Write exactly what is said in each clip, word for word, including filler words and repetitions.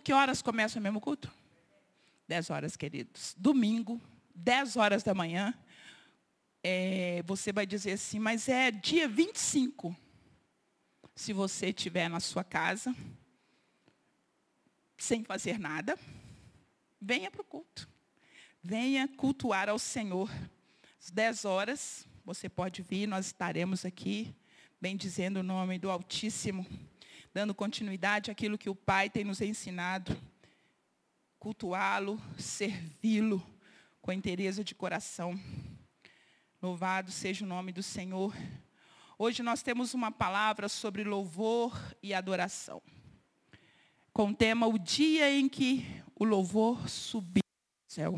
que horas começa o mesmo culto? dez horas, queridos. Domingo, dez horas da manhã. É, você vai dizer assim, mas é dia vinte e cinco. Se você estiver na sua casa, sem fazer nada, venha para o culto. Venha cultuar ao Senhor. Às dez horas, você pode vir, nós estaremos aqui, bendizendo o nome do Altíssimo, dando continuidade àquilo que o Pai tem nos ensinado. Cultuá-lo, servi-lo com inteireza de coração. Louvado seja o nome do Senhor. Hoje nós temos uma palavra sobre louvor e adoração. Com o tema, o dia em que o louvor subiu ao céu.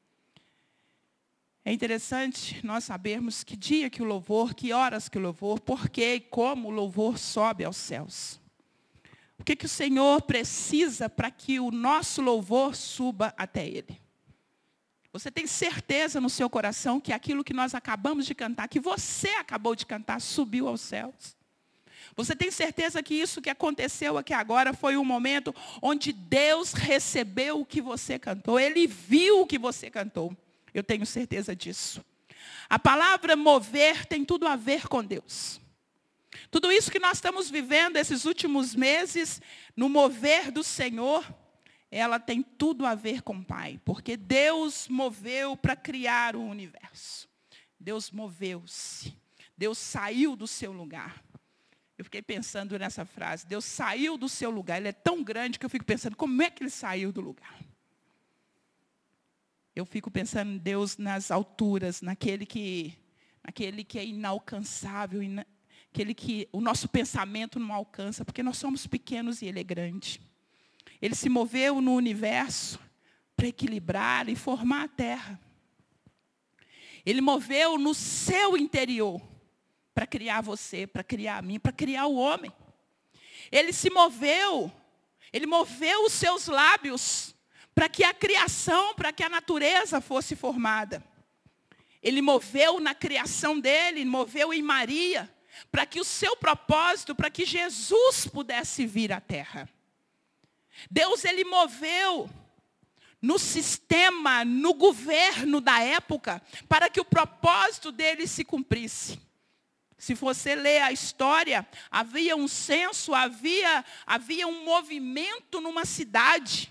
É interessante nós sabermos que dia que o louvor, que horas que o louvor, por que e como o louvor sobe aos céus. O que, que o Senhor precisa para que o nosso louvor suba até Ele? Você tem certeza no seu coração que aquilo que nós acabamos de cantar, que você acabou de cantar, subiu aos céus? Você tem certeza que isso que aconteceu aqui agora foi um momento onde Deus recebeu o que você cantou? Ele viu o que você cantou. Eu tenho certeza disso. A palavra mover tem tudo a ver com Deus. Tudo isso que nós estamos vivendo esses últimos meses, no mover do Senhor, ela tem tudo a ver com o Pai. Porque Deus moveu para criar o universo. Deus moveu-se. Deus saiu do seu lugar. Eu fiquei pensando nessa frase. Deus saiu do seu lugar. Ele é tão grande que eu fico pensando, como é que ele saiu do lugar? Eu fico pensando em Deus nas alturas, naquele que, naquele que é inalcançável, ina, aquele que o nosso pensamento não alcança, porque nós somos pequenos e Ele é grande. Ele se moveu no universo para equilibrar e formar a terra. Ele moveu no seu interior para criar você, para criar a mim, para criar o homem. Ele se moveu, ele moveu os seus lábios para que a criação, para que a natureza fosse formada. Ele moveu na criação dele, moveu em Maria, para que o seu propósito, para que Jesus pudesse vir à terra. Deus, ele moveu no sistema, no governo da época, para que o propósito dele se cumprisse. Se você ler a história, havia um censo, havia, havia um movimento numa cidade,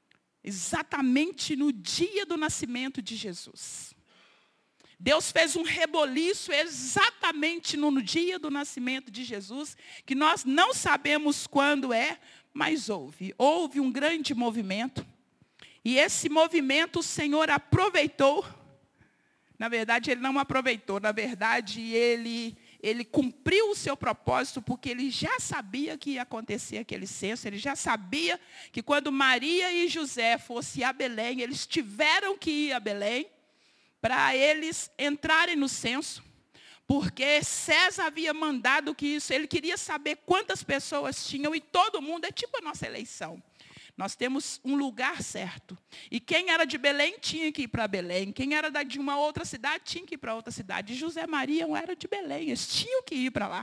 exatamente no dia do nascimento de Jesus. Deus fez um reboliço exatamente no dia do nascimento de Jesus, que nós não sabemos quando é, mas houve. Houve um grande movimento. E esse movimento o Senhor aproveitou. Na verdade, Ele não aproveitou. Na verdade, Ele, ele cumpriu o seu propósito, porque Ele já sabia que ia acontecer aquele censo. Ele já sabia que quando Maria e José fossem a Belém, eles tiveram que ir a Belém, para eles entrarem no censo, porque César havia mandado que isso, ele queria saber quantas pessoas tinham, e todo mundo, é tipo a nossa eleição. Nós temos um lugar certo. E quem era de Belém tinha que ir para Belém, quem era de uma outra cidade tinha que ir para outra cidade. E José e Maria não eram de Belém, eles tinham que ir para lá.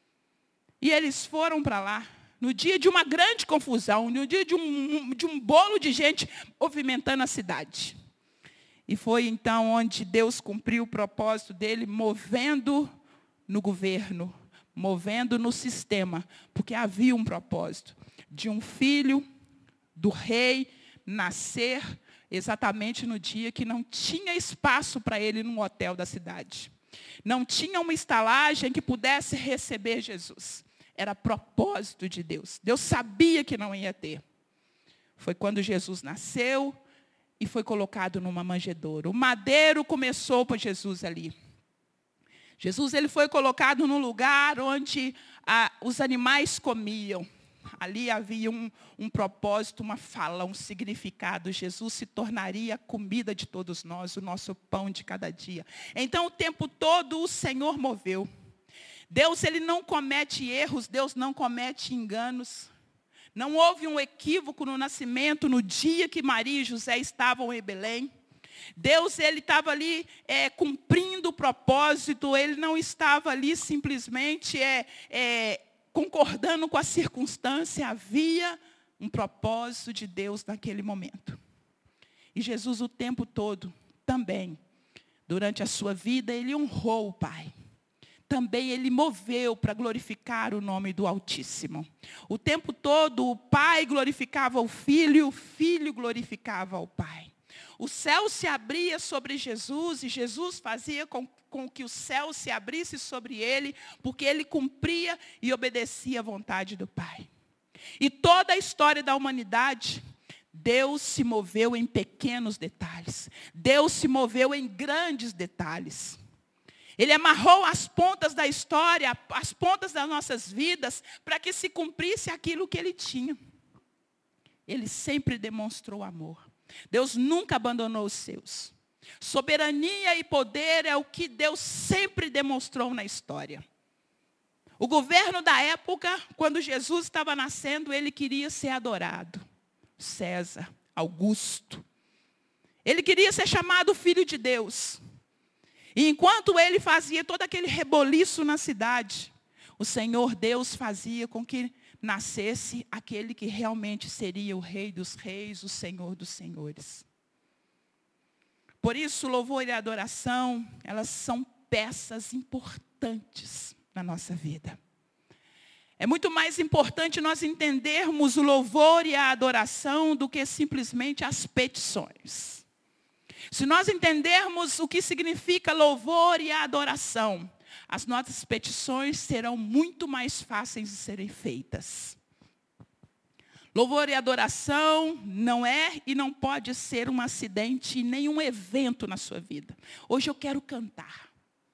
E eles foram para lá, no dia de uma grande confusão, no dia de um, de um bolo de gente movimentando a cidade. E foi então onde Deus cumpriu o propósito dele, movendo no governo, movendo no sistema, porque havia um propósito de um filho do rei nascer exatamente no dia que não tinha espaço para ele num hotel da cidade. Não tinha uma estalagem que pudesse receber Jesus. Era propósito de Deus. Deus sabia que não ia ter. Foi quando Jesus nasceu e foi colocado numa manjedoura. O madeiro começou para Jesus ali. Jesus, ele foi colocado num lugar onde ah, os animais comiam. Ali havia um, um propósito, uma fala, um significado. Jesus se tornaria a comida de todos nós, o nosso pão de cada dia. Então, o tempo todo o Senhor moveu. Deus, ele não comete erros, Deus não comete enganos. Não houve um equívoco no nascimento, no dia que Maria e José estavam em Belém. Deus, ele estava ali é, cumprindo o propósito, ele não estava ali simplesmente é, é, concordando com a circunstância. Havia um propósito de Deus naquele momento. E Jesus o tempo todo, também, durante a sua vida, ele honrou o Pai. Também ele moveu para glorificar o nome do Altíssimo. O tempo todo o Pai glorificava o Filho e o Filho glorificava o Pai. O céu se abria sobre Jesus e Jesus fazia com, com que o céu se abrisse sobre ele, porque ele cumpria e obedecia à vontade do Pai. E toda a história da humanidade, Deus se moveu em pequenos detalhes. Deus se moveu em grandes detalhes. Ele amarrou as pontas da história, as pontas das nossas vidas, para que se cumprisse aquilo que ele tinha. Ele sempre demonstrou amor. Deus nunca abandonou os seus. Soberania e poder é o que Deus sempre demonstrou na história. O governo da época, quando Jesus estava nascendo, ele queria ser adorado. César, Augusto. Ele queria ser chamado filho de Deus. E enquanto ele fazia todo aquele reboliço na cidade, o Senhor Deus fazia com que nascesse aquele que realmente seria o Rei dos Reis, o Senhor dos Senhores. Por isso, louvor e adoração, elas são peças importantes na nossa vida. É muito mais importante nós entendermos o louvor e a adoração do que simplesmente as petições. Se nós entendermos o que significa louvor e adoração, as nossas petições serão muito mais fáceis de serem feitas. Louvor e adoração não é e não pode ser um acidente e nenhum evento na sua vida. Hoje eu quero cantar.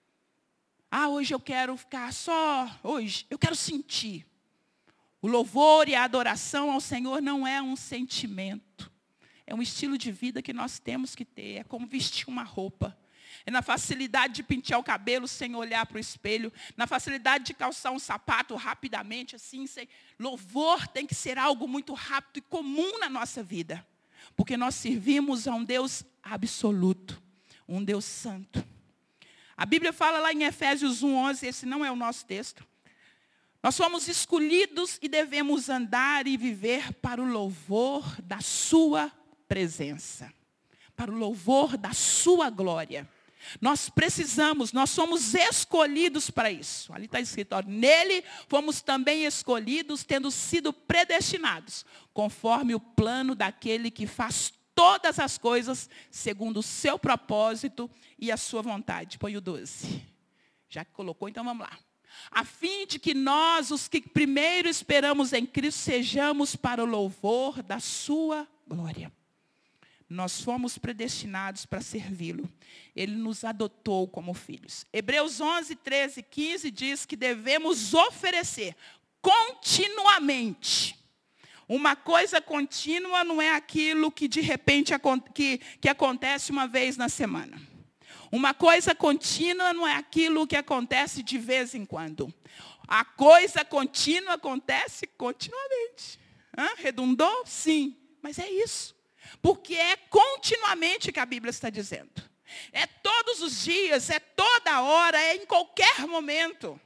Ah, hoje eu quero ficar só, hoje eu quero sentir. O louvor e a adoração ao Senhor não é um sentimento. É um estilo de vida que nós temos que ter. É como vestir uma roupa. É na facilidade de pentear o cabelo sem olhar para o espelho. Na facilidade de calçar um sapato rapidamente, assim. Sem... Louvor tem que ser algo muito rápido e comum na nossa vida. Porque nós servimos a um Deus absoluto. Um Deus santo. A Bíblia fala lá em Efésios um, onze, esse não é o nosso texto. Nós somos escolhidos e devemos andar e viver para o louvor da sua presença. Para o louvor da sua glória. Nós precisamos, nós somos escolhidos para isso. Ali está escrito, ó, nele fomos também escolhidos, tendo sido predestinados, conforme o plano daquele que faz todas as coisas segundo o seu propósito e a sua vontade. Põe o doze. Já que colocou, então vamos lá. A fim de que nós, os que primeiro esperamos em Cristo, sejamos para o louvor da sua glória. Nós fomos predestinados para servi-lo. Ele nos adotou como filhos. Hebreus onze, treze, quinze diz que devemos oferecer continuamente. Uma coisa contínua não é aquilo que de repente que, que acontece uma vez na semana. Uma coisa contínua não é aquilo que acontece de vez em quando. A coisa contínua acontece continuamente. Hã? Redundou? Sim. Mas é isso. Porque é continuamente que a Bíblia está dizendo. É todos os dias, é toda hora, é em qualquer momento.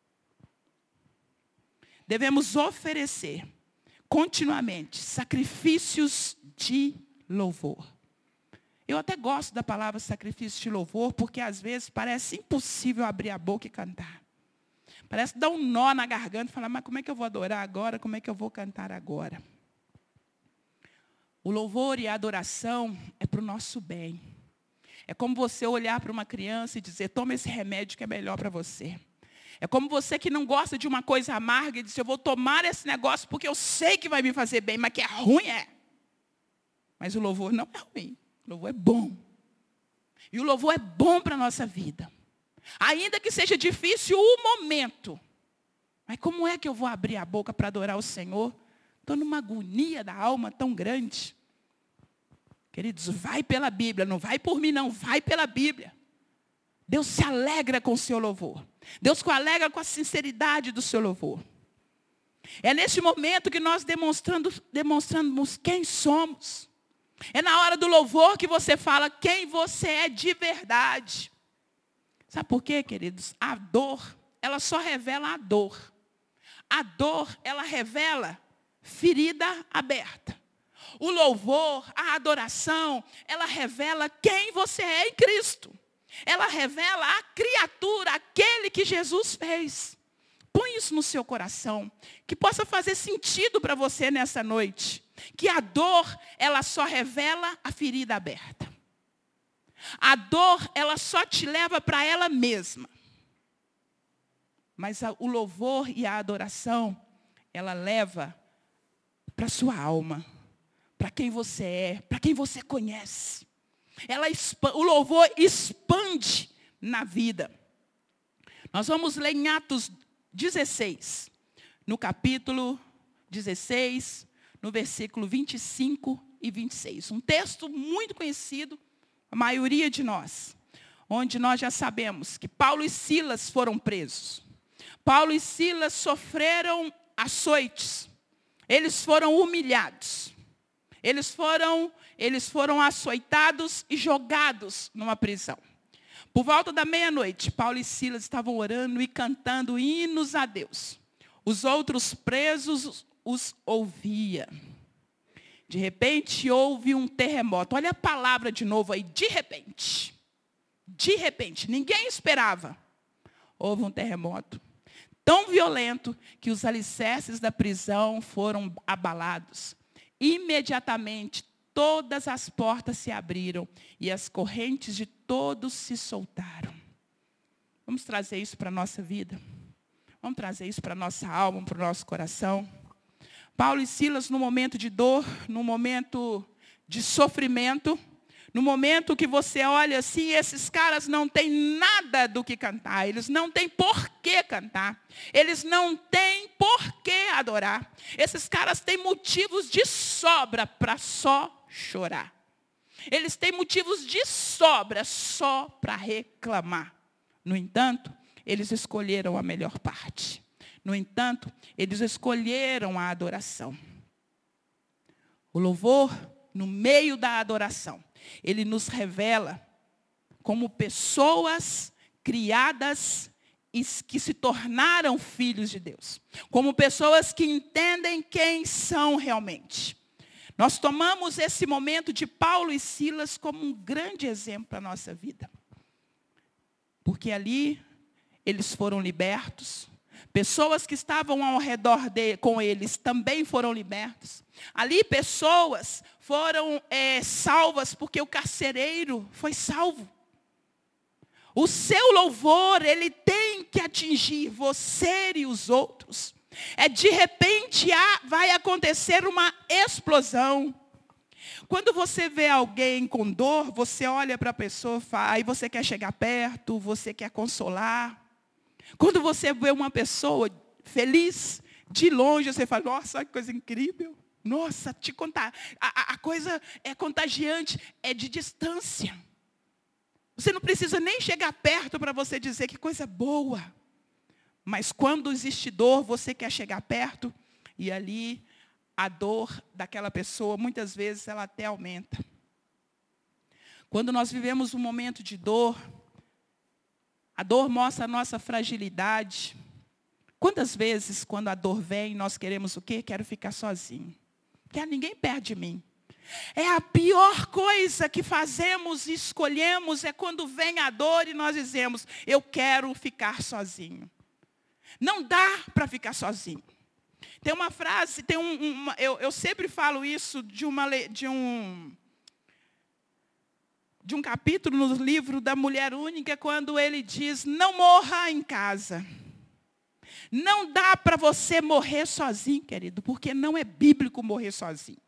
Devemos oferecer continuamente sacrifícios de louvor. Eu até gosto da palavra sacrifício de louvor, porque às vezes parece impossível abrir a boca e cantar. Parece dar um nó na garganta e falar, mas como é que eu vou adorar agora? Como é que eu vou cantar agora? O louvor e a adoração é para o nosso bem. É como você olhar para uma criança e dizer, toma esse remédio que é melhor para você. É como você que não gosta de uma coisa amarga e diz, eu vou tomar esse negócio porque eu sei que vai me fazer bem, mas que é ruim é. Mas o louvor não é ruim. O louvor é bom. E o louvor é bom para a nossa vida. Ainda que seja difícil o momento. Mas como é que eu vou abrir a boca para adorar o Senhor? Estou numa agonia da alma tão grande. Queridos, vai pela Bíblia. Não vai por mim, não. Vai pela Bíblia. Deus se alegra com o seu louvor. Deus se alegra com a sinceridade do seu louvor. É neste momento que nós demonstrando, demonstramos quem somos. É na hora do louvor que você fala quem você é de verdade. Sabe por quê, queridos? A dor, ela só revela a dor. A dor, ela revela ferida aberta. O louvor, a adoração, ela revela quem você é em Cristo. Ela revela a criatura, aquele que Jesus fez. Põe isso no seu coração, que possa fazer sentido para você nessa noite. Que a dor, ela só revela a ferida aberta. A dor, ela só te leva para ela mesma. Mas a, o louvor e a adoração, ela leva para a sua alma, para quem você é, para quem você conhece. Ela, o louvor expande na vida. Nós vamos ler em Atos dezesseis, no capítulo dezesseis, no versículo vinte e cinco e vinte e seis. Um texto muito conhecido, a maioria de nós, onde nós já sabemos que Paulo e Silas foram presos. Paulo e Silas sofreram açoites. Eles foram humilhados. Eles foram, eles foram açoitados e jogados numa prisão. Por volta da meia-noite, Paulo e Silas estavam orando e cantando hinos a Deus. Os outros presos os ouviam. De repente, houve um terremoto. Olha a palavra de novo aí, de repente. De repente, ninguém esperava. Houve um terremoto tão violento que os alicerces da prisão foram abalados. Imediatamente, todas as portas se abriram e as correntes de todos se soltaram. Vamos trazer isso para a nossa vida? Vamos trazer isso para a nossa alma, para o nosso coração? Paulo e Silas, no momento de dor, no momento de sofrimento, no momento que você olha assim, esses caras não têm nada do que cantar, eles não têm por que cantar, eles não têm por que adorar. Esses caras têm motivos de sobra para só chorar. Eles têm motivos de sobra só para reclamar. No entanto, eles escolheram a melhor parte. No entanto, eles escolheram a adoração. O louvor, no meio da adoração, ele nos revela como pessoas criadas e que se tornaram filhos de Deus. Como pessoas que entendem quem são realmente. Nós tomamos esse momento de Paulo e Silas como um grande exemplo para a nossa vida. Porque ali eles foram libertos. Pessoas que estavam ao redor de, com eles também foram libertos. Ali pessoas foram é, salvas porque o carcereiro foi salvo. O seu louvor, ele tem que atingir você e os outros. É de repente ah, vai acontecer uma explosão. Quando você vê alguém com dor, você olha para a pessoa e você quer chegar perto, você quer consolar. Quando você vê uma pessoa feliz, de longe, você fala, nossa, que coisa incrível. Nossa, te contar. A, a coisa é contagiante, é de distância. Você não precisa nem chegar perto para você dizer que coisa boa. Mas quando existe dor, você quer chegar perto, e ali a dor daquela pessoa, muitas vezes, ela até aumenta. Quando nós vivemos um momento de dor, a dor mostra a nossa fragilidade. Quantas vezes, quando a dor vem, nós queremos o quê? Quero ficar sozinho. Quer ninguém perto de mim. É a pior coisa que fazemos e escolhemos, é quando vem a dor e nós dizemos, eu quero ficar sozinho. Não dá para ficar sozinho. Tem uma frase, tem um, uma, eu, eu sempre falo isso de, uma, de um... de um capítulo no livro da Mulher Única, quando ele diz, não morra em casa. Não dá para você morrer sozinho, querido, porque não é bíblico morrer sozinho.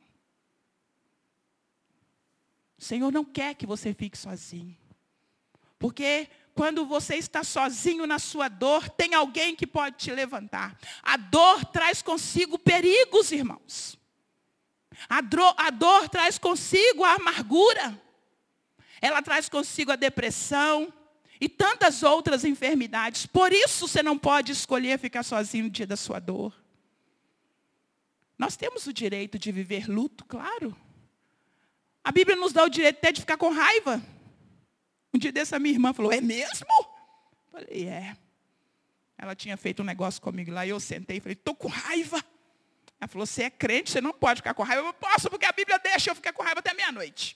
O Senhor não quer que você fique sozinho. Porque quando você está sozinho na sua dor, tem alguém que pode te levantar. A dor traz consigo perigos, irmãos. A dor, a dor traz consigo a amargura. Ela traz consigo a depressão e tantas outras enfermidades. Por isso você não pode escolher ficar sozinho no dia da sua dor. Nós temos o direito de viver luto, claro. A Bíblia nos dá o direito até de ficar com raiva. Um dia dessa minha irmã falou, é mesmo? Eu falei, é. Ela tinha feito um negócio comigo lá e eu sentei e falei, estou com raiva. Ela falou, você é crente, você não pode ficar com raiva. Eu posso, porque a Bíblia deixa eu ficar com raiva até meia-noite.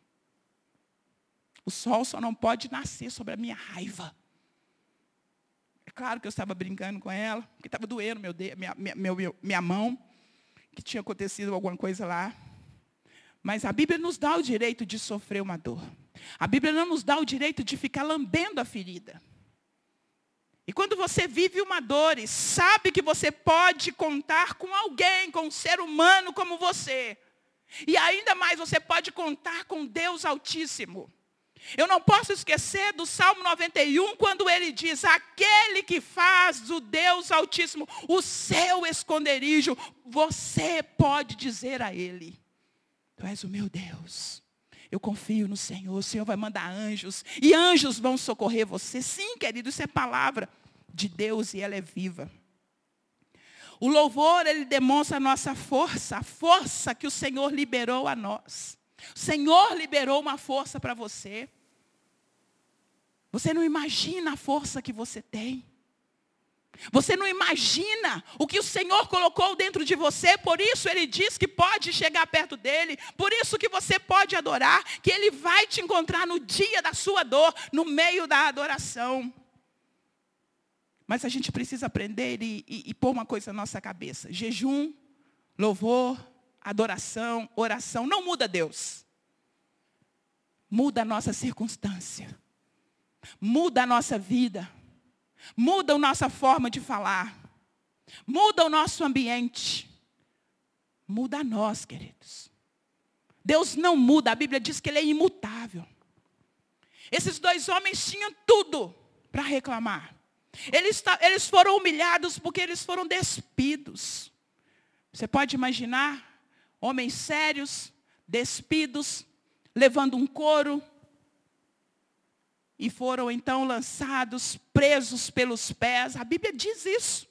O sol só não pode nascer sobre a minha raiva. É claro que eu estava brincando com ela, porque estava doendo meu dedo, minha, minha, meu, minha mão, que tinha acontecido alguma coisa lá. Mas a Bíblia nos dá o direito de sofrer uma dor. A Bíblia não nos dá o direito de ficar lambendo a ferida. E quando você vive uma dor e sabe que você pode contar com alguém, com um ser humano como você, e ainda mais você pode contar com Deus Altíssimo. Eu não posso esquecer do Salmo noventa e um, quando ele diz, aquele que faz do Deus Altíssimo o seu esconderijo, você pode dizer a ele, tu és o meu Deus. Eu confio no Senhor, o Senhor vai mandar anjos, e anjos vão socorrer você. Sim, querido, isso é palavra de Deus e ela é viva. O louvor, ele demonstra a nossa força, a força que o Senhor liberou a nós. O Senhor liberou uma força para você. Você não imagina a força que você tem. Você não imagina o que o Senhor colocou dentro de você, por isso Ele diz que pode chegar perto dEle, por isso que você pode adorar, que Ele vai te encontrar no dia da sua dor, no meio da adoração. Mas a gente precisa aprender e, e, e pôr uma coisa na nossa cabeça. Jejum, louvor, adoração, oração, não muda Deus. Muda a nossa circunstância. Muda a nossa vida. Muda a nossa forma de falar. Muda o nosso ambiente. Muda a nós, queridos. Deus não muda. A Bíblia diz que Ele é imutável. Esses dois homens tinham tudo para reclamar. Eles, eles foram humilhados porque eles foram despidos. Você pode imaginar homens sérios, despidos, levando um couro. E foram então lançados, presos pelos pés. A Bíblia diz isso.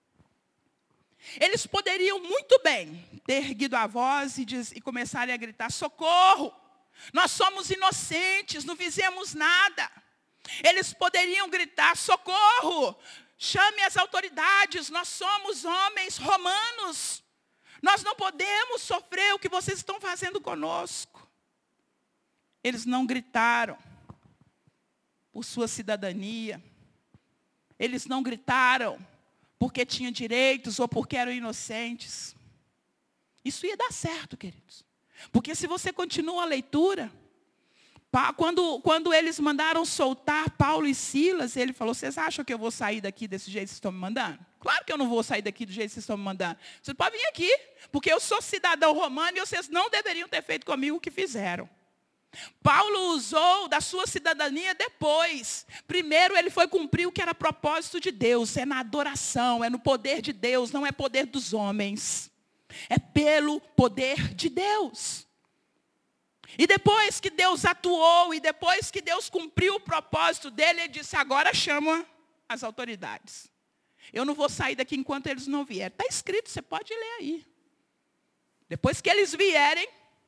Eles poderiam muito bem ter erguido a voz e, diz, e começarem a gritar, socorro! Nós somos inocentes, não fizemos nada. Eles poderiam gritar, socorro! Chame as autoridades, nós somos homens romanos. Nós não podemos sofrer o que vocês estão fazendo conosco. Eles não gritaram por sua cidadania. Eles não gritaram porque tinham direitos ou porque eram inocentes. Isso ia dar certo, queridos. Porque se você continua a leitura, quando, quando eles mandaram soltar Paulo e Silas, ele falou, vocês acham que eu vou sair daqui desse jeito que vocês estão me mandando? Claro que eu não vou sair daqui do jeito que vocês estão me mandando. Vocês podem vir aqui, porque eu sou cidadão romano e vocês não deveriam ter feito comigo o que fizeram. Paulo usou da sua cidadania depois. Primeiro ele foi cumprir o que era propósito de Deus. É na adoração, é no poder de Deus, não é poder dos homens. É pelo poder de Deus. E depois que Deus atuou, e depois que Deus cumpriu o propósito dele, ele disse, agora chama as autoridades. Eu não vou sair daqui enquanto eles não vierem. Está escrito, você pode ler aí. Depois que eles vierem,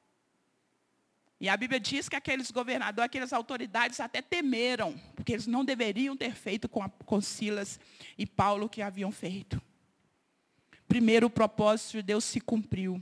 e a Bíblia diz que aqueles governadores, aquelas autoridades até temeram, porque eles não deveriam ter feito com, a, com Silas e Paulo o que haviam feito. Primeiro, o propósito de Deus se cumpriu.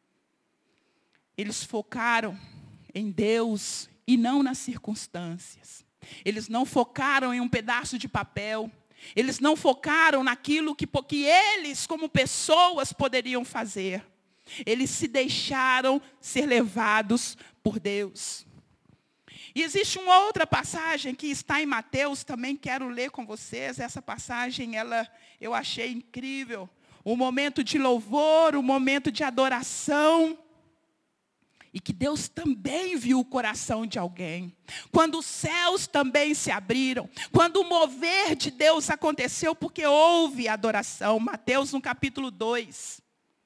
Eles focaram em Deus e não nas circunstâncias. Eles não focaram em um pedaço de papel. Eles não focaram naquilo que, que eles, como pessoas, poderiam fazer. Eles se deixaram ser levados por Deus. E existe uma outra passagem que está em Mateus, também quero ler com vocês. Essa passagem, ela, eu achei incrível. Um momento de louvor, um momento de adoração. E que Deus também viu o coração de alguém. Quando os céus também se abriram. Quando o mover de Deus aconteceu, porque houve adoração. Mateus no capítulo dois.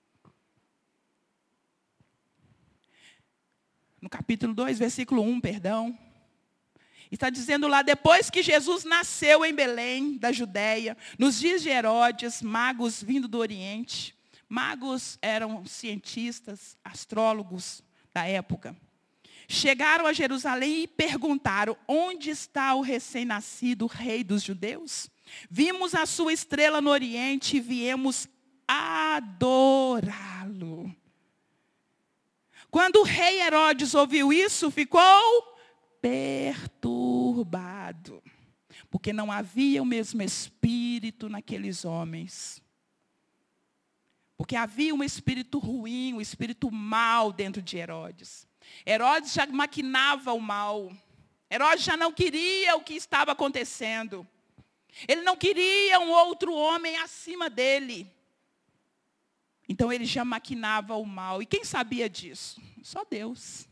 No capítulo dois, versículo um, perdão. Está dizendo lá, depois que Jesus nasceu em Belém, da Judéia, nos dias de Herodes, magos vindo do Oriente. Magos eram cientistas, astrólogos da época. Chegaram a Jerusalém e perguntaram, onde está o recém-nascido rei dos judeus? Vimos a sua estrela no Oriente e viemos adorá-lo. Quando o rei Herodes ouviu isso, ficou perturbado, porque não havia o mesmo espírito naqueles homens. Porque havia um espírito ruim, um espírito mau dentro de Herodes. Herodes já maquinava o mal. Herodes já não queria o que estava acontecendo. Ele não queria um outro homem acima dele. Então ele já maquinava o mal. E quem sabia disso? Só Deus.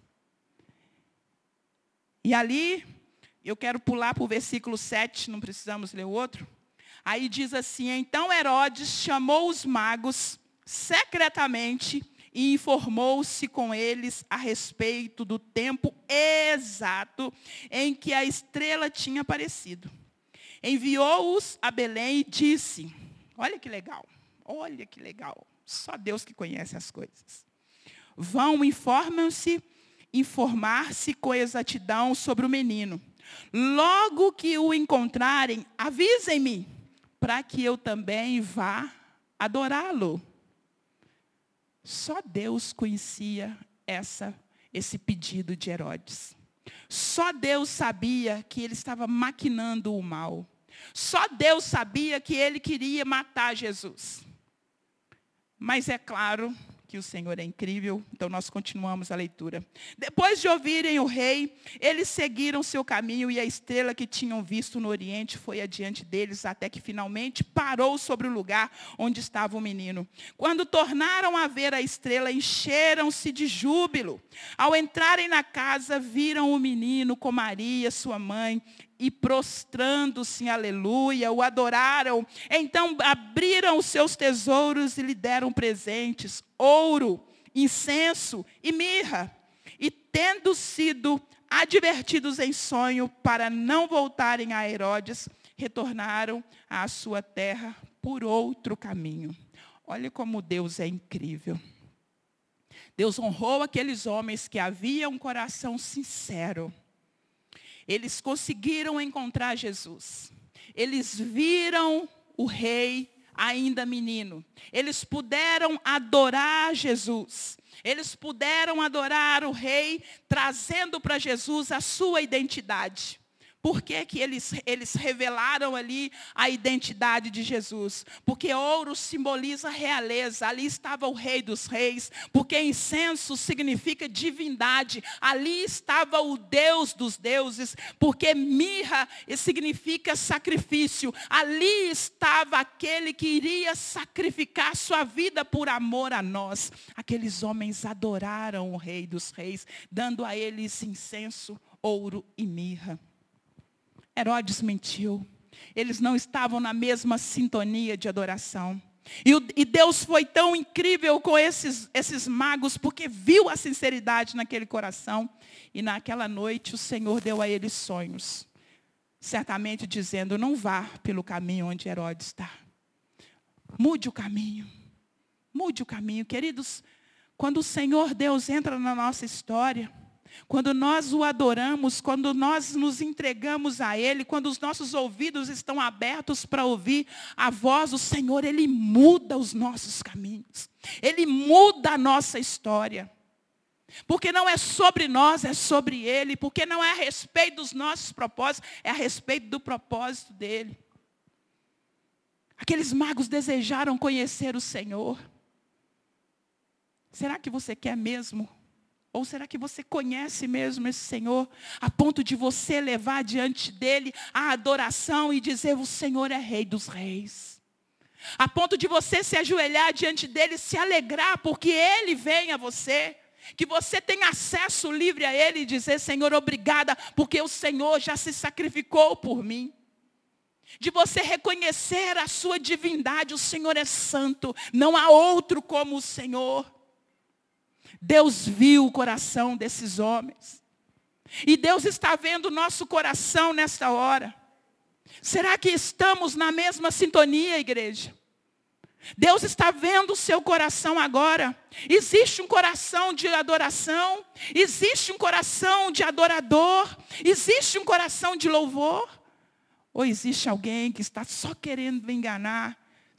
E ali, eu quero pular para o versículo sete, não precisamos ler o outro. Aí diz assim: então Herodes chamou os magos secretamente e informou-se com eles a respeito do tempo exato em que a estrela tinha aparecido. Enviou-os a Belém e disse, olha que legal, olha que legal, só Deus que conhece as coisas. Vão, informam-se, informar-se com exatidão sobre o menino. Logo que o encontrarem, avisem-me, para que eu também vá adorá-lo. Só Deus conhecia essa, esse pedido de Herodes. Só Deus sabia que ele estava maquinando o mal. Só Deus sabia que ele queria matar Jesus. Mas é claro que o Senhor é incrível, então nós continuamos a leitura. Depois de ouvirem o rei, eles seguiram seu caminho e a estrela que tinham visto no oriente foi adiante deles, até que finalmente parou sobre o lugar onde estava o menino. Quando tornaram a ver a estrela, encheram-se de júbilo. Ao entrarem na casa, viram o menino com Maria, sua mãe, e prostrando-se em aleluia, o adoraram. Então abriram os seus tesouros e lhe deram presentes, ouro, incenso e mirra. E tendo sido advertidos em sonho para não voltarem a Herodes, retornaram à sua terra por outro caminho. Olha como Deus é incrível. Deus honrou aqueles homens que haviam um coração sincero. Eles conseguiram encontrar Jesus. Eles viram o rei ainda menino. Eles puderam adorar Jesus. Eles puderam adorar o rei, trazendo para Jesus a sua identidade. Por que que eles, eles revelaram ali a identidade de Jesus? Porque ouro simboliza realeza, ali estava o rei dos reis. Porque incenso significa divindade, ali estava o Deus dos deuses. Porque mirra significa sacrifício, ali estava aquele que iria sacrificar sua vida por amor a nós. Aqueles homens adoraram o rei dos reis, dando a eles incenso, ouro e mirra. Herodes mentiu. Eles não estavam na mesma sintonia de adoração. E, o, e Deus foi tão incrível com esses, esses magos, porque viu a sinceridade naquele coração. E naquela noite o Senhor deu a eles sonhos. Certamente dizendo, não vá pelo caminho onde Herodes está. Mude o caminho. Mude o caminho. Queridos, quando o Senhor Deus entra na nossa história, quando nós o adoramos, quando nós nos entregamos a Ele, quando os nossos ouvidos estão abertos para ouvir a voz do Senhor, Ele muda os nossos caminhos. Ele muda a nossa história. Porque não é sobre nós, é sobre Ele. Porque não é a respeito dos nossos propósitos, é a respeito do propósito dEle. Aqueles magos desejaram conhecer o Senhor. Será que você quer mesmo? Ou será que você conhece mesmo esse Senhor, a ponto de você levar diante dele a adoração e dizer, o Senhor é Rei dos Reis? A ponto de você se ajoelhar diante dele e se alegrar, porque ele vem a você. Que você tenha acesso livre a ele e dizer, Senhor, obrigada, porque o Senhor já se sacrificou por mim. De você reconhecer a sua divindade, o Senhor é santo, não há outro como o Senhor. Deus viu o coração desses homens. E Deus está vendo o nosso coração nesta hora. Será que estamos na mesma sintonia, igreja? Deus está vendo o seu coração agora. Existe um coração de adoração. Existe um coração de adorador. Existe um coração de louvor. Ou existe alguém que está só querendo me enganar,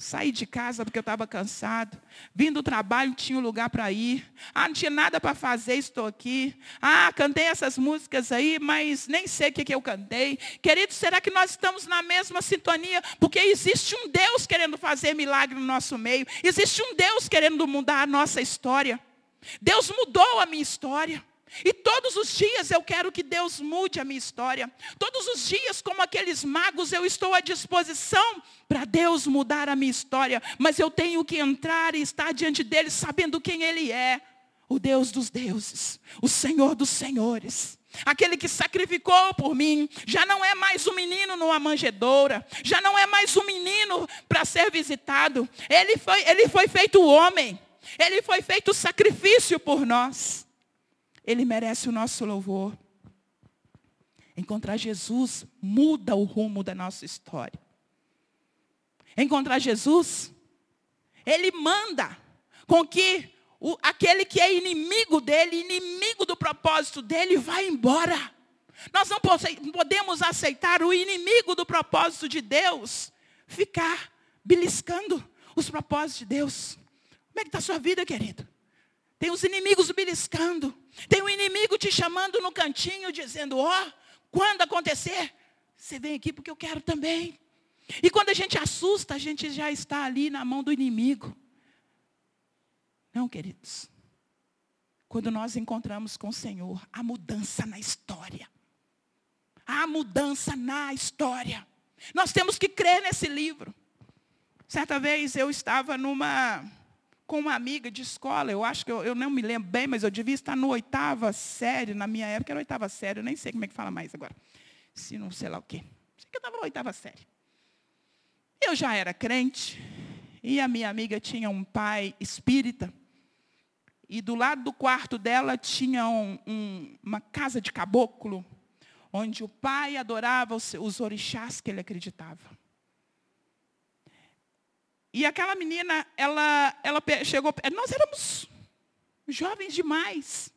Saí de casa porque eu estava cansado. Vim do trabalho, não tinha um lugar para ir. Ah, não tinha nada para fazer, estou aqui. Ah, cantei essas músicas aí, mas nem sei o que, que eu cantei. Queridos, será que nós estamos na mesma sintonia? Porque existe um Deus querendo fazer milagre no nosso meio. Existe um Deus querendo mudar a nossa história. Deus mudou a minha história. E todos os dias eu quero que Deus mude a minha história. Todos os dias, como aqueles magos, eu estou à disposição para Deus mudar a minha história. Mas eu tenho que entrar e estar diante dele sabendo quem ele é. O Deus dos deuses, o Senhor dos senhores. Aquele que sacrificou por mim. Já não é mais um menino numa manjedoura. Já não é mais um menino para ser visitado. Ele foi, ele foi feito homem. Ele foi feito sacrifício por nós. Ele merece o nosso louvor. Encontrar Jesus muda o rumo da nossa história. Encontrar Jesus, ele manda com que o, aquele que é inimigo dele, inimigo do propósito dele, vá embora. Nós não podemos aceitar o inimigo do propósito de Deus ficar beliscando os propósitos de Deus. Como é que está a sua vida, querido? Tem os inimigos beliscando. Tem um inimigo te chamando no cantinho, dizendo, ó, oh, quando acontecer, você vem aqui porque eu quero também. E quando a gente assusta, a gente já está ali na mão do inimigo. Não, queridos. Quando nós encontramos com o Senhor, há mudança na história. Há mudança na história. Nós temos que crer nesse livro. Certa vez eu estava numa... com uma amiga de escola, eu acho que, eu, eu não me lembro bem, mas eu devia estar no oitava série, na minha época era oitava série, eu nem sei como é que fala mais agora. Se não sei lá o quê. Sei que eu estava na oitava série. Eu já era crente, e a minha amiga tinha um pai espírita, e do lado do quarto dela tinha um, um, uma casa de caboclo, onde o pai adorava os, os orixás que ele acreditava. E aquela menina, ela, ela chegou... Nós éramos jovens demais.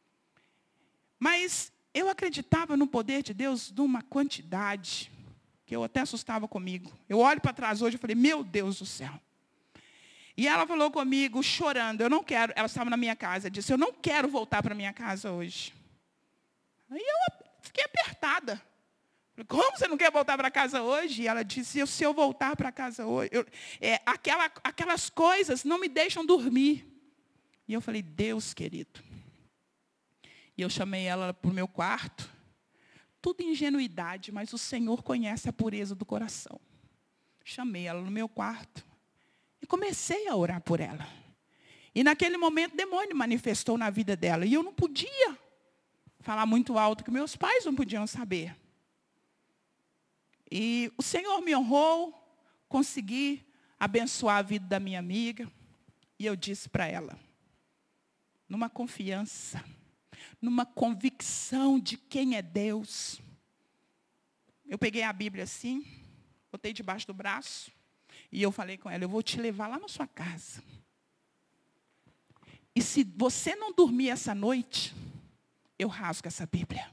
Mas eu acreditava no poder de Deus de uma quantidade que eu até assustava comigo. Eu olho para trás hoje e falei, meu Deus do céu. E ela falou comigo, chorando, eu não quero... Ela estava na minha casa, disse, eu não quero voltar para minha casa hoje. Aí eu fiquei apertada. Como você não quer voltar para casa hoje? E ela disse, se eu voltar para casa hoje, eu, é, aquela, aquelas coisas não me deixam dormir. E eu falei, Deus querido. E eu chamei ela para o meu quarto. Tudo ingenuidade, mas o Senhor conhece a pureza do coração. Chamei ela no meu quarto. E comecei a orar por ela. E naquele momento o demônio manifestou na vida dela. E eu não podia falar muito alto, que meus pais não podiam saber. E o Senhor me honrou, consegui abençoar a vida da minha amiga. E eu disse para ela, numa confiança, numa convicção de quem é Deus. Eu peguei a Bíblia assim, botei debaixo do braço, e eu falei com ela, eu vou te levar lá na sua casa. E se você não dormir essa noite, eu rasgo essa Bíblia.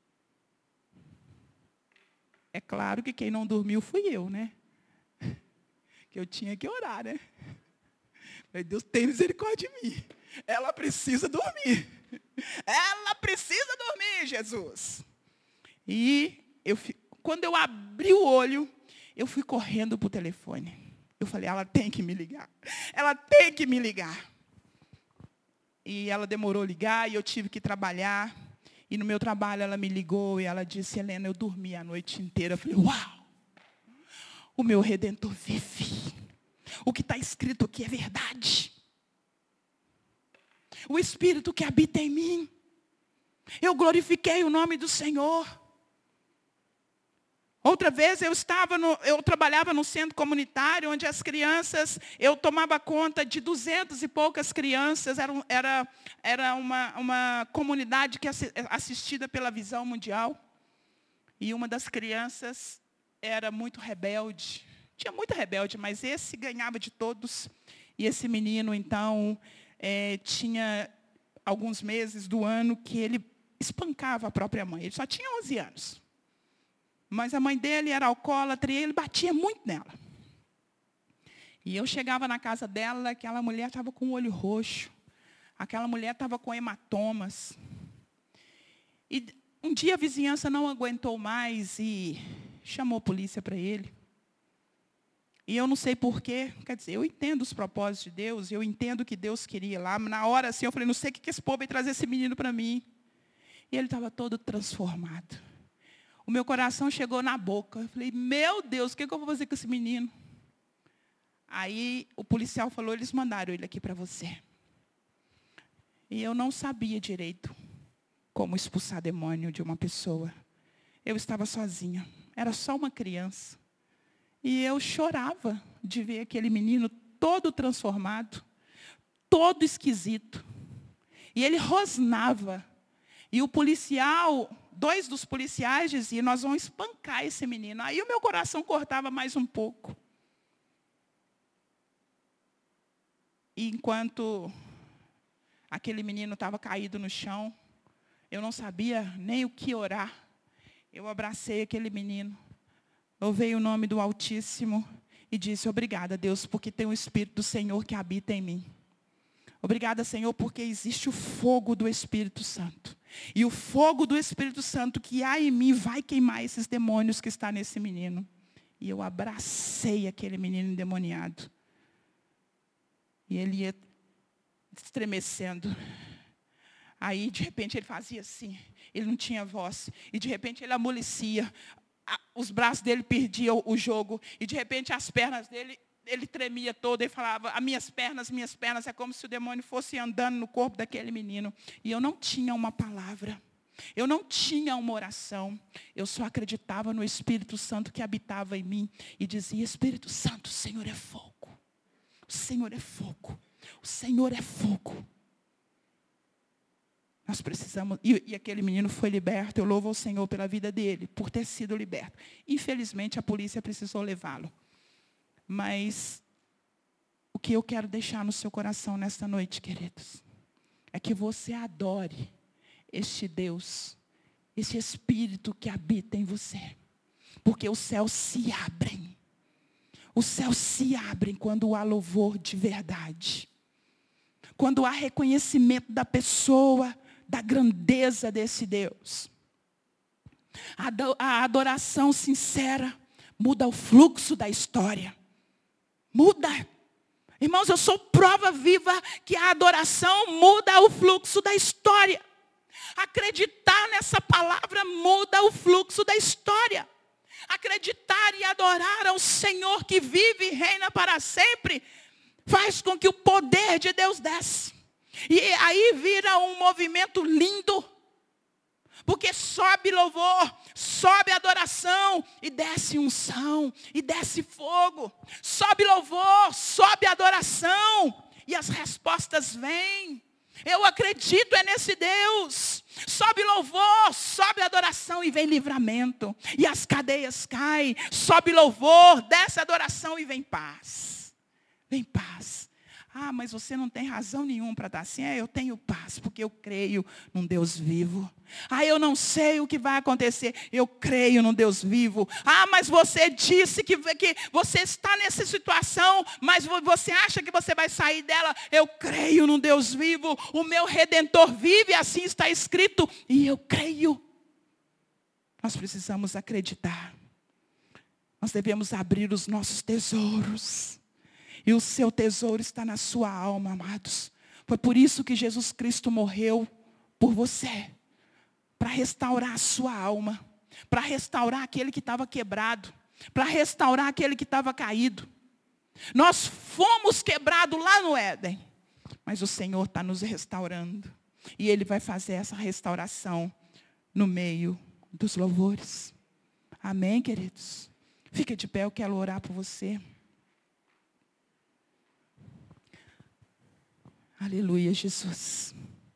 É claro que quem não dormiu fui eu, né? Que eu tinha que orar, né? Mas Deus tem misericórdia de mim. Ela precisa dormir. Ela precisa dormir, Jesus. E eu, quando eu abri o olho, eu fui correndo para o telefone. Eu falei, ela tem que me ligar. Ela tem que me ligar. E ela demorou a ligar e eu tive que trabalhar. E no meu trabalho ela me ligou e ela disse, Helena, eu dormi a noite inteira. Eu falei, uau, o meu Redentor vive. O que está escrito aqui é verdade. O Espírito que habita em mim. Eu glorifiquei o nome do Senhor. Outra vez eu estava no, eu trabalhava no centro comunitário, onde as crianças, eu tomava conta de duzentas e poucas crianças, era, era, era uma, uma comunidade que assistida pela Visão Mundial. E uma das crianças era muito rebelde. Tinha muito rebelde, mas esse ganhava de todos. E esse menino, então, é, tinha alguns meses do ano que ele espancava a própria mãe. Ele só tinha onze anos. Mas a mãe dele era alcoólatra e ele batia muito nela. E eu chegava na casa dela, aquela mulher estava com o olho roxo. Aquela mulher estava com hematomas. E um dia a vizinhança não aguentou mais e chamou a polícia para ele. E eu não sei porquê, quer dizer, eu entendo os propósitos de Deus, eu entendo o que Deus queria lá. Na hora assim, eu falei, não sei o que esse povo vai trazer esse menino para mim. E ele estava todo transformado. O meu coração chegou na boca. Eu falei, meu Deus, o que eu vou fazer com esse menino? Aí o policial falou, eles mandaram ele aqui para você. E eu não sabia direito como expulsar demônio de uma pessoa. Eu estava sozinha, era só uma criança. E eu chorava de ver aquele menino todo transformado, todo esquisito. E ele rosnava. E o policial, dois dos policiais diziam, nós vamos espancar esse menino. Aí o meu coração cortava mais um pouco. E enquanto aquele menino estava caído no chão, eu não sabia nem o que orar. Eu abracei aquele menino, louvei o nome do Altíssimo e disse, obrigada, Deus, porque tem o Espírito do Senhor que habita em mim. Obrigada, Senhor, porque existe o fogo do Espírito Santo. E o fogo do Espírito Santo que há em mim vai queimar esses demônios que estão nesse menino. E eu abracei aquele menino endemoniado. E ele ia estremecendo. Aí, de repente, ele fazia assim. Ele não tinha voz. E, de repente, ele amolecia. Os braços dele perdiam o jogo. E, de repente, as pernas dele, ele tremia todo. E falava, as minhas pernas, minhas pernas. É como se o demônio fosse andando no corpo daquele menino. E eu não tinha uma palavra. Eu não tinha uma oração. Eu só acreditava no Espírito Santo que habitava em mim. E dizia, Espírito Santo, o Senhor é fogo. O Senhor é fogo. O Senhor é fogo. Nós precisamos... E, e aquele menino foi liberto. Eu louvo ao Senhor pela vida dele, por ter sido liberto. Infelizmente, a polícia precisou levá-lo. Mas o que eu quero deixar no seu coração nesta noite, queridos, é que você adore este Deus, esse Espírito que habita em você. Porque os céus se abrem. Os céus se abrem quando há louvor de verdade. Quando há reconhecimento da pessoa, da grandeza desse Deus. A adoração sincera muda o fluxo da história. Muda. Irmãos, eu sou prova viva que a adoração muda o fluxo da história. Acreditar nessa palavra muda o fluxo da história. Acreditar e adorar ao Senhor que vive e reina para sempre faz com que o poder de Deus desce. E aí vira um movimento lindo. Porque sobe louvor, sobe adoração e desce unção, e desce fogo. Sobe louvor, sobe adoração e as respostas vêm. Eu acredito é nesse Deus. Sobe louvor, sobe adoração e vem livramento. E as cadeias caem. Sobe louvor, desce adoração e vem paz. Vem paz. Ah, mas você não tem razão nenhuma para estar assim. É, eu tenho paz, porque eu creio num Deus vivo. Ah, eu não sei o que vai acontecer. Eu creio num Deus vivo. Ah, mas você disse que, que você está nessa situação, mas você acha que você vai sair dela. Eu creio num Deus vivo. O meu Redentor vive, assim está escrito. E eu creio. Nós precisamos acreditar. Nós devemos abrir os nossos tesouros. E o seu tesouro está na sua alma, amados. Foi por isso que Jesus Cristo morreu por você. Para restaurar a sua alma. Para restaurar aquele que estava quebrado. Para restaurar aquele que estava caído. Nós fomos quebrados lá no Éden. Mas o Senhor está nos restaurando. E Ele vai fazer essa restauração no meio dos louvores. Amém, queridos? Fica de pé, eu quero orar por você. Aleluia, Jesus.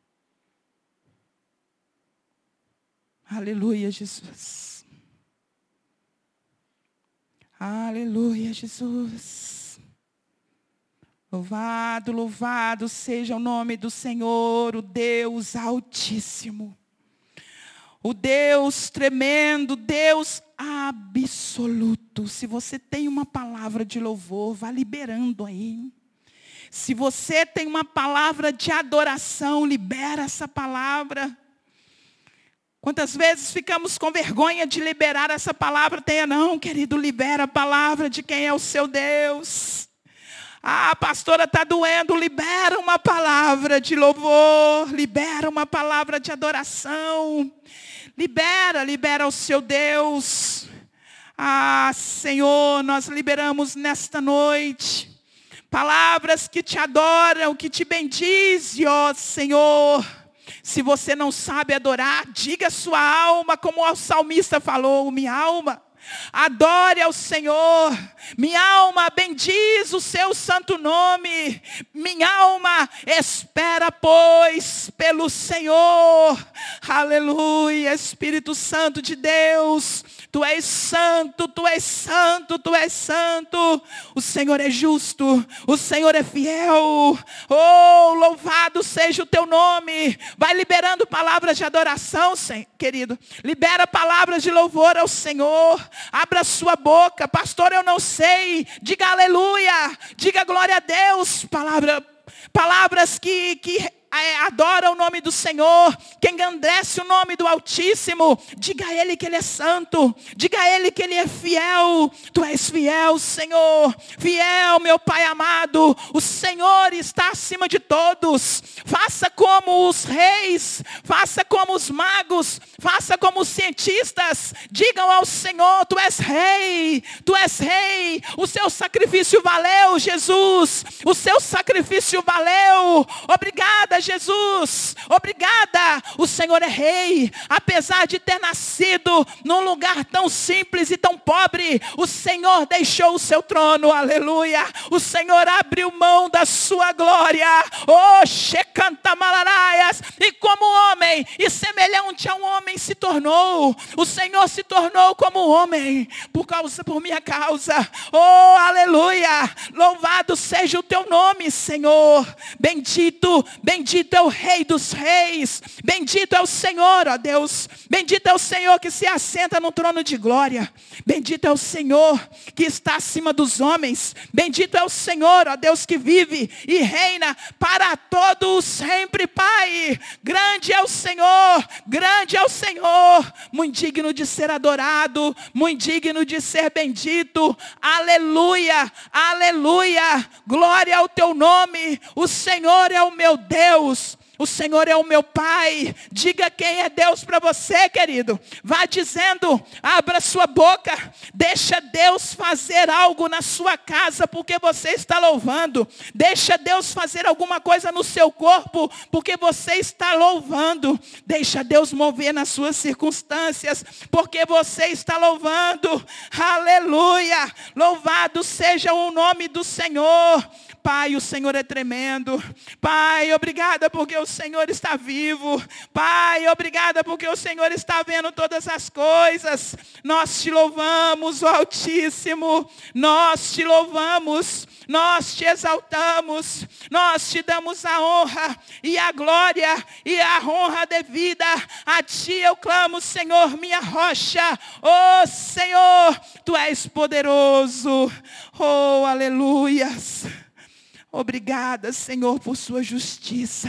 Aleluia, Jesus. Aleluia, Jesus. Louvado, louvado seja o nome do Senhor, o Deus Altíssimo. o Deus tremendo, Deus absoluto. Se você tem uma palavra de louvor, vá liberando aí. Se você tem uma palavra de adoração, libera essa palavra. Quantas vezes ficamos com vergonha de liberar essa palavra? Tenha não, querido, libera a palavra de quem é o seu Deus. Ah, pastora, está doendo, libera uma palavra de louvor, libera uma palavra de adoração. Libera, libera o seu Deus. Ah, Senhor, nós liberamos nesta noite palavras que te adoram, que te bendizem, ó Senhor. Se você não sabe adorar, diga a sua alma, como o salmista falou, minha alma, adore ao Senhor. Minha alma bendiz o seu santo nome. Minha alma espera, pois, pelo Senhor. Aleluia, Espírito Santo de Deus. Tu és santo, tu és santo, tu és santo. O Senhor é justo, o Senhor é fiel. Oh, louvado seja o teu nome. Vai liberando palavras de adoração, querido. Libera palavras de louvor ao Senhor. Abra sua boca. Pastor, eu não sei. Diga aleluia. Diga glória a Deus. Palavra, palavras que... que adora o nome do Senhor, que engrandece o nome do Altíssimo. Diga a Ele que Ele é santo, diga a Ele que Ele é fiel. Tu és fiel, Senhor, fiel, meu Pai amado. O Senhor está acima de todos. Faça como os reis, faça como os magos, faça como os cientistas. Digam ao Senhor, tu és rei, tu és rei. O seu sacrifício valeu, Jesus, o seu sacrifício valeu. Obrigada, Jesus, obrigada. O Senhor é rei. Apesar de ter nascido num lugar tão simples e tão pobre, o Senhor deixou o seu trono, aleluia. O Senhor abriu mão da sua glória. Oh, Shekanta Malaraias. E como homem, e semelhante a um homem se tornou. O Senhor se tornou como homem, por causa, por minha causa. Oh, aleluia. Louvado seja o teu nome, Senhor. Bendito, bendito Bendito é o Rei dos Reis. Bendito é o Senhor, ó Deus. Bendito é o Senhor que se assenta no trono de glória. Bendito é o Senhor que está acima dos homens. Bendito é o Senhor, ó Deus, que vive e reina para todos sempre, Pai. Grande é o Senhor, grande é o Senhor. Muito digno de ser adorado, muito digno de ser bendito. Aleluia, aleluia. Glória ao teu nome. O Senhor é o meu Deus. O Senhor é o meu Pai. Diga quem é Deus para você, querido. Vá dizendo, abra sua boca. Deixa Deus fazer algo na sua casa, porque você está louvando. Deixa Deus fazer alguma coisa no seu corpo, porque você está louvando. Deixa Deus mover nas suas circunstâncias, porque você está louvando. Aleluia. Louvado seja o nome do Senhor. Pai, o Senhor é tremendo. Pai, obrigada porque o Senhor está vivo. Pai, obrigada porque o Senhor está vendo todas as coisas. Nós te louvamos, ó Altíssimo. Nós te louvamos. Nós te exaltamos. Nós te damos a honra e a glória e a honra devida. A ti eu clamo, Senhor, minha rocha. Ó Senhor, tu és poderoso. Oh, aleluias. Obrigada, Senhor, por sua justiça.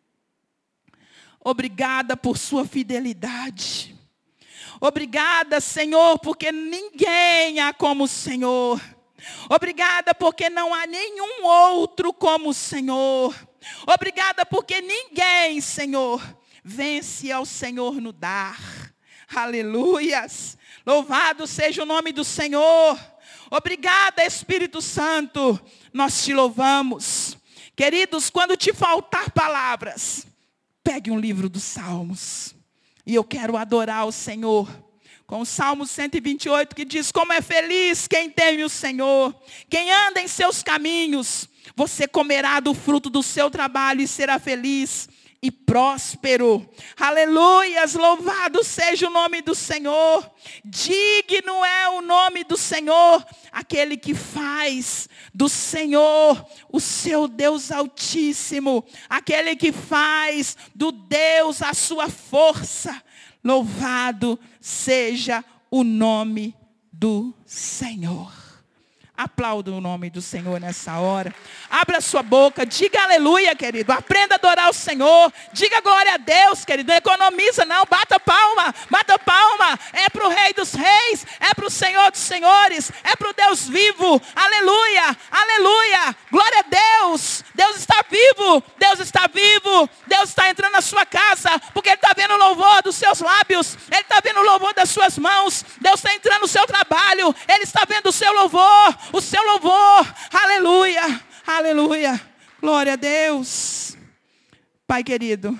Obrigada por sua fidelidade. Obrigada, Senhor, porque ninguém há como o Senhor. Obrigada porque não há nenhum outro como o Senhor. Obrigada porque ninguém, Senhor, vence ao Senhor no dar. Aleluias. Louvado seja o nome do Senhor. Obrigada, Espírito Santo. Nós te louvamos. Queridos, quando te faltar palavras, pegue um livro dos Salmos. E eu quero adorar o Senhor com o Salmo cento e vinte e oito, que diz: como é feliz quem teme o Senhor, quem anda em seus caminhos. Você comerá do fruto do seu trabalho e será feliz. e próspero. Aleluias, louvado seja o nome do Senhor. Digno é o nome do Senhor, aquele que faz do Senhor o seu Deus Altíssimo, aquele que faz do Deus a sua força. Louvado seja o nome do Senhor. Aplauda o nome do Senhor nessa hora. Abra sua boca, diga aleluia, querido. Aprenda a adorar o Senhor. Diga glória a Deus, querido. Não economiza não, bata palma, bata palma. É para o Rei dos Reis, é para o Senhor dos Senhores, é para o Deus vivo. Aleluia, aleluia. Glória a Deus. Deus está vivo, Deus está vivo. Deus está entrando na sua casa, porque Ele está vendo o louvor dos seus lábios. Ele está vendo o louvor das suas mãos. Deus está entrando no seu trabalho. Ele está vendo o seu louvor. O seu louvor, aleluia, aleluia, glória a Deus. Pai querido,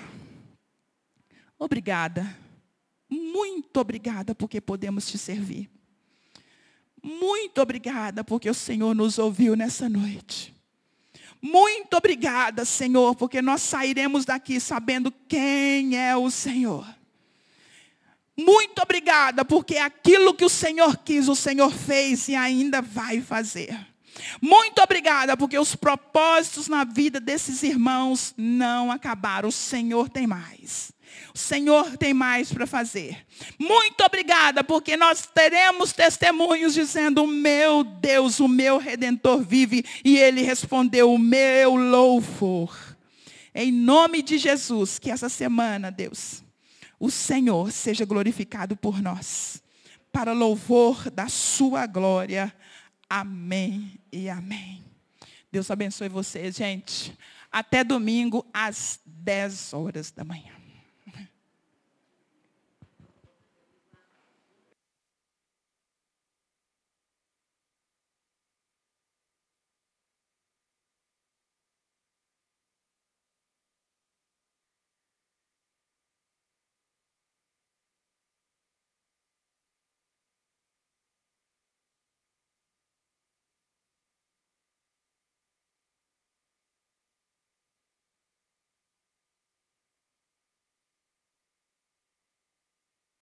obrigada, muito obrigada porque podemos te servir. Muito obrigada porque o Senhor nos ouviu nessa noite. Muito obrigada, Senhor, porque nós sairemos daqui sabendo quem é o Senhor. Muito obrigada, porque aquilo que o Senhor quis, o Senhor fez e ainda vai fazer. Muito obrigada, porque os propósitos na vida desses irmãos não acabaram. O Senhor tem mais. O Senhor tem mais para fazer. Muito obrigada, porque nós teremos testemunhos dizendo: o meu Deus, o meu Redentor vive. E Ele respondeu: o meu louvor. Em nome de Jesus, que essa semana, Deus, o Senhor seja glorificado por nós, para louvor da sua glória. Amém e amém. Deus abençoe vocês, gente. Até domingo, às dez horas da manhã.